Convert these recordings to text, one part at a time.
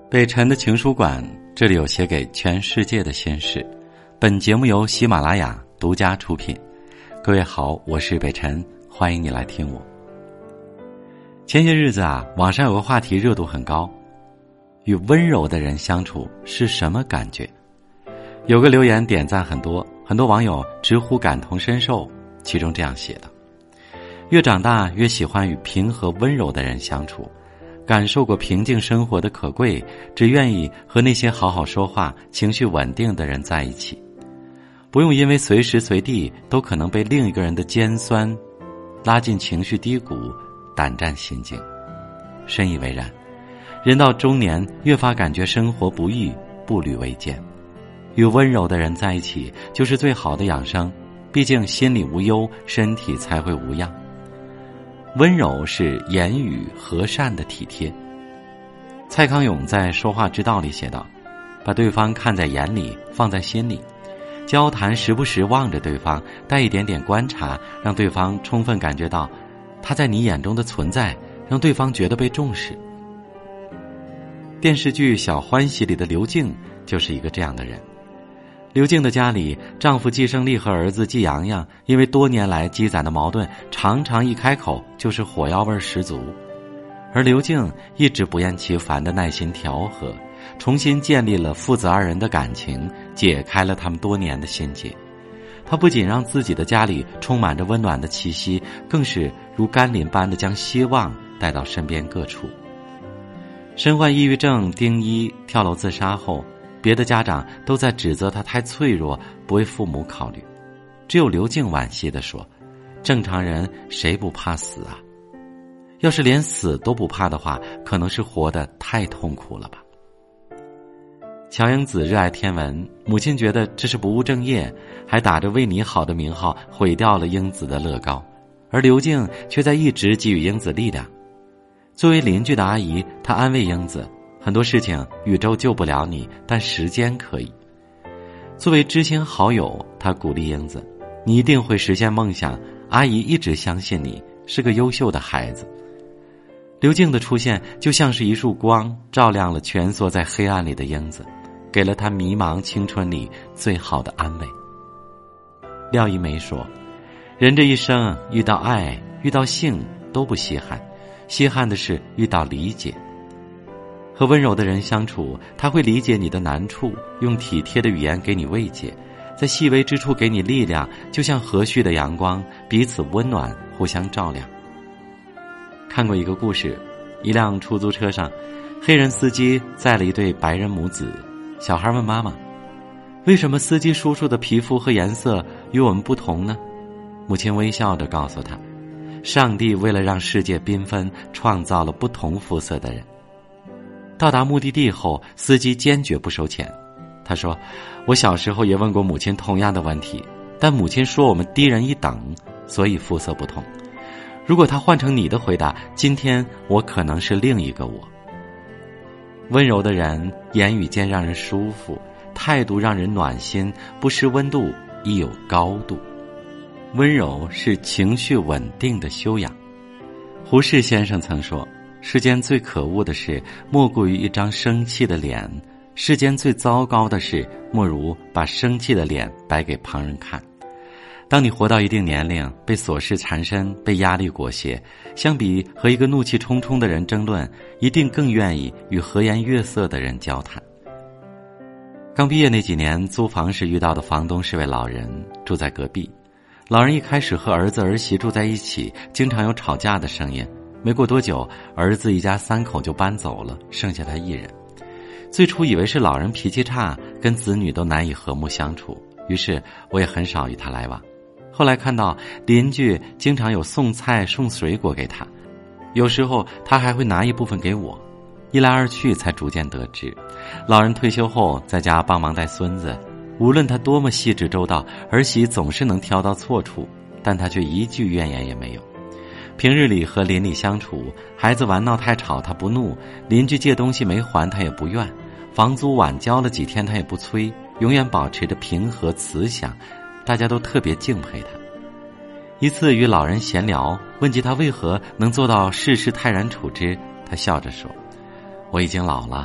北辰的情书馆，这里有写给全世界的心事。本节目由喜马拉雅独家出品。各位好，我是北辰，欢迎你来听我。前些日子网上有个话题热度很高，与温柔的人相处是什么感觉？有个留言点赞很多，很多网友直呼感同身受，其中这样写的：越长大越喜欢与平和温柔的人相处，感受过平静生活的可贵，只愿意和那些好好说话、情绪稳定的人在一起，不用因为随时随地都可能被另一个人的尖酸拉进情绪低谷，胆战心惊。深以为然，人到中年越发感觉生活不易，步履维艰。与温柔的人在一起就是最好的养生，毕竟心里无忧，身体才会无恙。温柔是言语和善的体贴。蔡康永在《说话之道》里写道，把对方看在眼里，放在心里，交谈时不时望着对方，带一点点观察，让对方充分感觉到他在你眼中的存在，让对方觉得被重视。电视剧《小欢喜》里的刘静就是一个这样的人。刘静的家里，丈夫季胜利和儿子季阳阳因为多年来积攒的矛盾，常常一开口就是火药味十足，而刘静一直不厌其烦的耐心调和，重新建立了父子二人的感情，解开了他们多年的心结。她不仅让自己的家里充满着温暖的气息，更是如甘霖般的将希望带到身边各处。身患抑郁症丁一跳楼自杀后，别的家长都在指责他太脆弱，不为父母考虑，只有刘静惋惜地说，正常人谁不怕死啊？要是连死都不怕的话，可能是活得太痛苦了吧。乔英子热爱天文，母亲觉得这是不务正业，还打着为你好的名号毁掉了英子的乐高，而刘静却在一直给予英子力量。作为邻居的阿姨，她安慰英子，很多事情宇宙救不了你，但时间可以。作为知心好友，他鼓励英子，你一定会实现梦想，阿姨一直相信你是个优秀的孩子。刘静的出现就像是一束光，照亮了蜷缩在黑暗里的英子，给了她迷茫青春里最好的安慰。廖一梅说，人这一生遇到爱遇到性都不稀罕，稀罕的是遇到理解。和温柔的人相处，他会理解你的难处，用体贴的语言给你慰藉，在细微之处给你力量，就像和煦的阳光，彼此温暖，互相照亮。看过一个故事，一辆出租车上，黑人司机载了一对白人母子，小孩问妈妈，为什么司机叔叔的皮肤和颜色与我们不同呢？母亲微笑着告诉他，上帝为了让世界缤纷，创造了不同肤色的人。到达目的地后，司机坚决不收钱。他说，我小时候也问过母亲同样的问题，但母亲说我们低人一等，所以肤色不同。如果他换成你的回答，今天我可能是另一个我。温柔的人，言语间让人舒服，态度让人暖心，不失温度亦有高度。温柔是情绪稳定的修养。胡适先生曾说，世间最可恶的事，莫过于一张生气的脸；世间最糟糕的事，莫如把生气的脸摆给旁人看。当你活到一定年龄，被琐事缠身，被压力裹挟，相比和一个怒气冲冲的人争论，一定更愿意与和颜悦色的人交谈。刚毕业那几年，租房时遇到的房东是位老人，住在隔壁。老人一开始和儿子儿媳住在一起，经常有吵架的声音。没过多久，儿子一家3口就搬走了，剩下他一人。最初以为是老人脾气差，跟子女都难以和睦相处，于是我也很少与他来往。后来看到邻居经常有送菜送水果给他，有时候他还会拿一部分给我，一来二去才逐渐得知，老人退休后在家帮忙带孙子，无论他多么细致周到，儿媳总是能挑到错处，但他却一句怨言也没有。平日里和邻里相处，孩子玩闹太吵他不怒，邻居借东西没还他也不怨，房租晚交了几天他也不催，永远保持着平和慈祥，大家都特别敬佩他。一次与老人闲聊，问及他为何能做到事事泰然处之，他笑着说，我已经老了，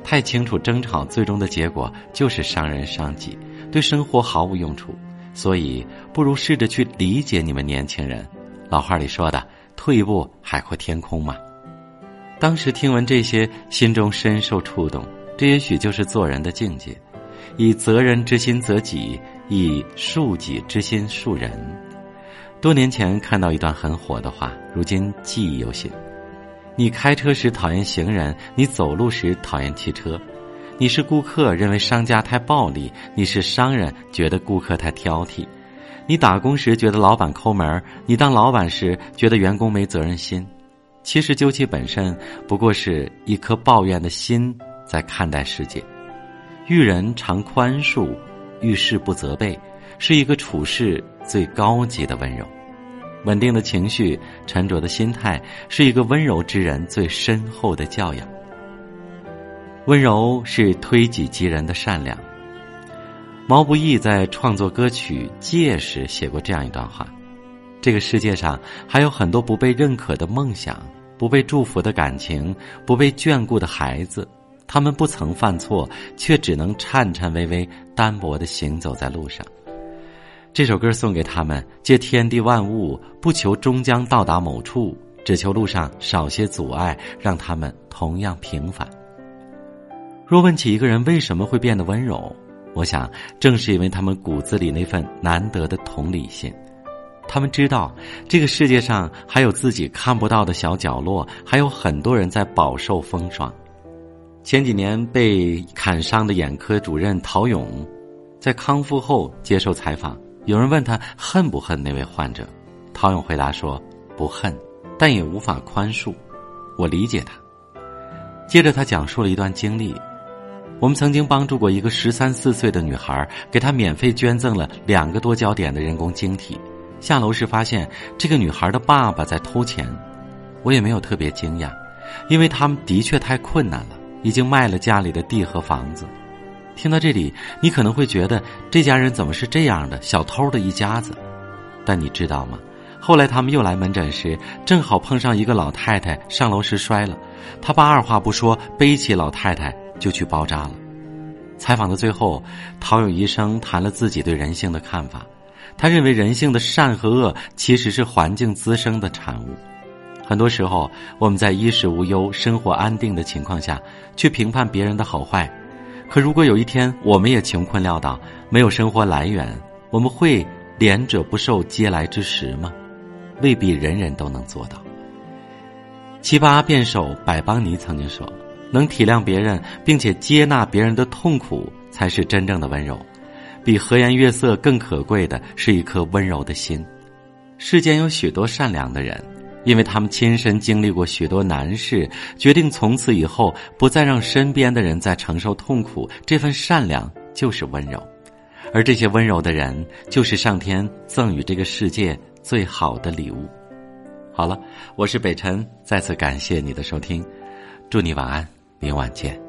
太清楚争吵最终的结果就是伤人伤己，对生活毫无用处，所以不如试着去理解你们年轻人。老话里说的，退一步海阔天空嘛。当时听闻这些，心中深受触动，这也许就是做人的境界，以责人之心责己，以恕己之心恕人。多年前看到一段很火的话，如今记忆犹新。你开车时讨厌行人，你走路时讨厌汽车。你是顾客，认为商家太暴力；你是商人，觉得顾客太挑剔。你打工时觉得老板抠门，你当老板时觉得员工没责任心。其实究其本身，不过是一颗抱怨的心在看待世界。遇人常宽恕，遇事不责备，是一个处事最高级的温柔。稳定的情绪，沉着的心态，是一个温柔之人最深厚的教养。温柔是推己及人的善良。毛不易在创作歌曲《戒》时写过这样一段话：这个世界上还有很多不被认可的梦想，不被祝福的感情，不被眷顾的孩子，他们不曾犯错，却只能颤颤巍巍单薄地行走在路上。这首歌送给他们，借天地万物，不求终将到达某处，只求路上少些阻碍，让他们同样平凡。若问起一个人为什么会变得温柔，我想正是因为他们骨子里那份难得的同理心。他们知道这个世界上还有自己看不到的小角落，还有很多人在饱受风霜。前几年被砍伤的眼科主任陶勇，在康复后接受采访，有人问他恨不恨那位患者，陶勇回答说：不恨，但也无法宽恕，我理解他。接着他讲述了一段经历，我们曾经帮助过一个13、14岁的女孩，给她免费捐赠了2个多焦点的人工晶体。下楼时发现这个女孩的爸爸在偷钱，我也没有特别惊讶，因为他们的确太困难了，已经卖了家里的地和房子。听到这里，你可能会觉得这家人怎么是这样的，小偷的一家子。但你知道吗？后来他们又来门诊时，正好碰上一个老太太上楼时摔了，他爸二话不说背起老太太就去包扎了。采访的最后，陶勇医生谈了自己对人性的看法。他认为人性的善和恶其实是环境滋生的产物。很多时候，我们在衣食无忧、生活安定的情况下，去评判别人的好坏。可如果有一天我们也穷困潦倒，没有生活来源，我们会怜者不受嗟来之食吗？未必人人都能做到。奇葩辩手百邦尼曾经说，能体谅别人并且接纳别人的痛苦，才是真正的温柔。比和颜悦色更可贵的是一颗温柔的心。世间有许多善良的人，因为他们亲身经历过许多难事，决定从此以后不再让身边的人再承受痛苦，这份善良就是温柔。而这些温柔的人，就是上天赠予这个世界最好的礼物。好了，我是北辰，再次感谢你的收听，祝你晚安，明晚见。